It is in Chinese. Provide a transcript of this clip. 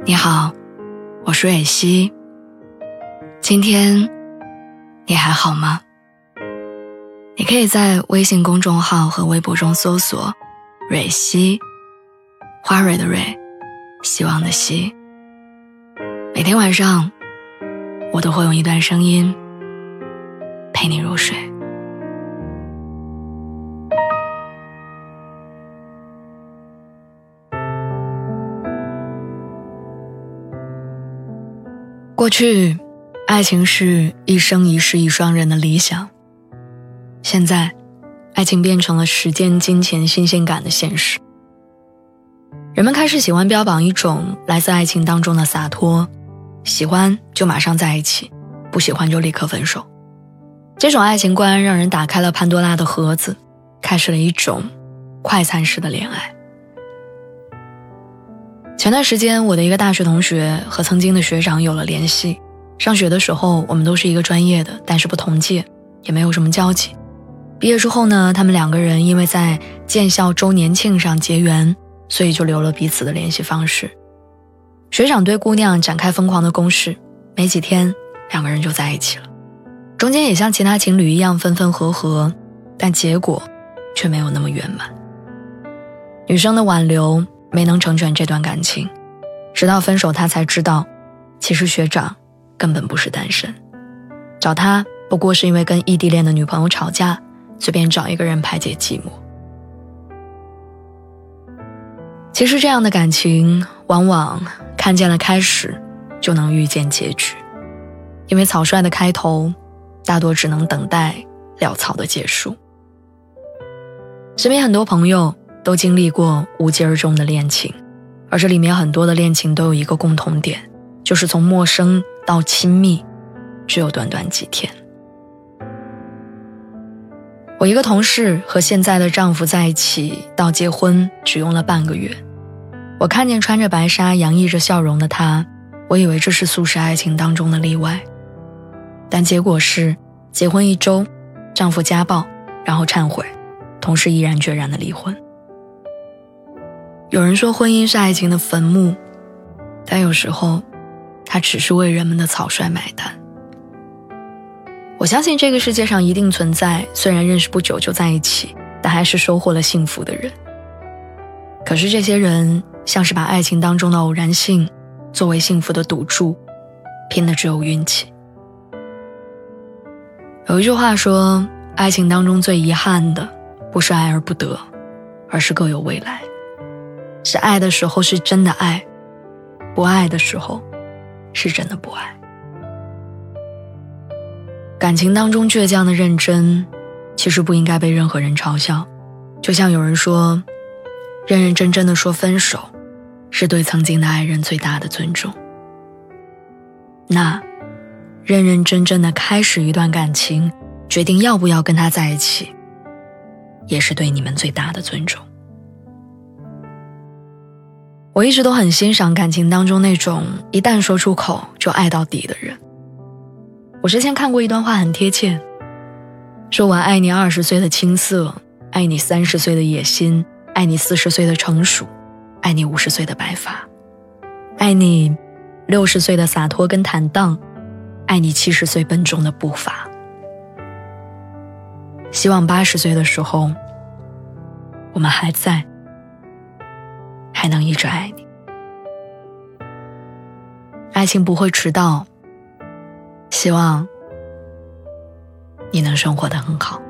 你好，我是蕊希。今天你还好吗？你可以在微信公众号和微博中搜索蕊希，花蕊的蕊，希望的希。每天晚上我都会用一段声音陪你入睡。过去，爱情是一生一世一双人的理想。现在，爱情变成了时间、金钱、新鲜感的现实。人们开始喜欢标榜一种来自爱情当中的洒脱，喜欢就马上在一起，不喜欢就立刻分手。这种爱情观让人打开了潘多拉的盒子，开始了一种快餐式的恋爱。前段时间，我的一个大学同学和曾经的学长有了联系。上学的时候，我们都是一个专业的，但是不同届，也没有什么交集。毕业之后呢，他们两个人因为在建校周年庆上结缘，所以就留了彼此的联系方式。学长对姑娘展开疯狂的攻势，没几天，两个人就在一起了。中间也像其他情侣一样分分合合，但结果却没有那么圆满。女生的挽留没能成全这段感情，直到分手，她才知道，其实学长根本不是单身，找他不过是因为跟异地恋的女朋友吵架，随便找一个人排解寂寞。其实这样的感情，往往看见了开始，就能预见结局，因为草率的开头，大多只能等待潦草的结束。身边很多朋友都经历过无疾而终的恋情，而这里面很多的恋情都有一个共同点，就是从陌生到亲密，只有短短几天。我一个同事和现在的丈夫在一起到结婚只用了半个月。我看见穿着白纱洋溢着笑容的他，我以为这是速食爱情当中的例外，但结果是结婚1周，丈夫家暴，然后忏悔，同事毅然决然的离婚。有人说婚姻是爱情的坟墓，但有时候它只是为人们的草率买单。我相信这个世界上一定存在虽然认识不久就在一起，但还是收获了幸福的人。可是这些人像是把爱情当中的偶然性作为幸福的赌注，拼的只有运气。有一句话说，爱情当中最遗憾的不是爱而不得，而是各有未来。是爱的时候是真的爱，不爱的时候是真的不爱。感情当中倔强的认真，其实不应该被任何人嘲笑。就像有人说，认认真真的说分手，是对曾经的爱人最大的尊重。那认认真真的开始一段感情，决定要不要跟他在一起，也是对你们最大的尊重。我一直都很欣赏感情当中那种一旦说出口就爱到底的人。我之前看过一段话很贴切，说我爱你20岁的青涩，爱你30岁的野心，爱你40岁的成熟，爱你50岁的白发，爱你60岁的洒脱跟坦荡，爱你70岁笨重的步伐。希望80岁的时候，我们还在，还能一直爱你。爱情不会迟到，希望你能生活得很好。